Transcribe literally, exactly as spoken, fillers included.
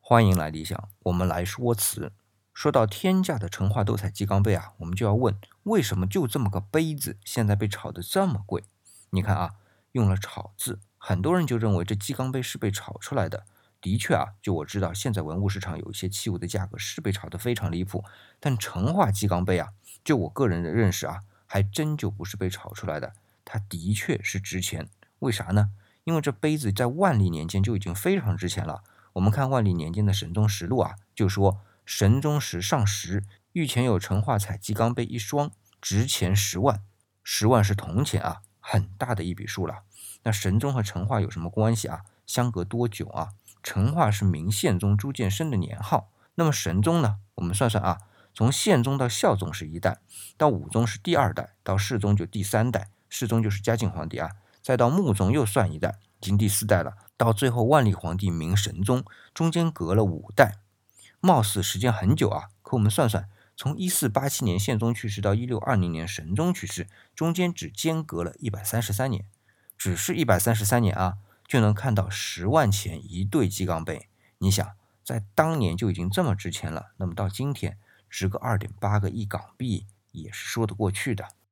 欢迎来理想，我们来说词。说到天价的成化斗彩鸡缸杯啊，我们就要问，为什么就这么个杯子，现在被炒得这么贵？你看啊，用了炒字，很多人就认为这鸡缸杯是被炒出来的。的确啊，就我知道，现在文物市场有一些器物的价格是被炒得非常离谱，但成化鸡缸杯啊，就我个人的认识啊，还真就不是被炒出来的，它的确是值钱。为啥呢？因为这杯子在万历年间就已经非常值钱了。我们看万历年间的神宗实录啊，就说神宗时上十，御前有成化彩鸡缸杯一双，值钱十万，十万是铜钱啊，很大的一笔数了。那神宗和成化有什么关系啊？相隔多久啊？成化是明宪宗朱见深的年号，那么神宗呢？我们算算啊，从宪宗到孝宗是一代，到武宗是第二代，到世宗就第三代，世宗就是嘉靖皇帝啊，再到穆宗又算一代，已经第四代了。到最后万历皇帝明神宗，中间隔了五代，貌似时间很久啊。可我们算算，从一四八七年宪宗去世到一六二零年神宗去世，中间只间隔了一百三十三年，只是一百三十三年啊，就能看到十万钱一对鸡缸杯。你想，在当年就已经这么值钱了，那么到今天值个二点八个亿港币也是说得过去的。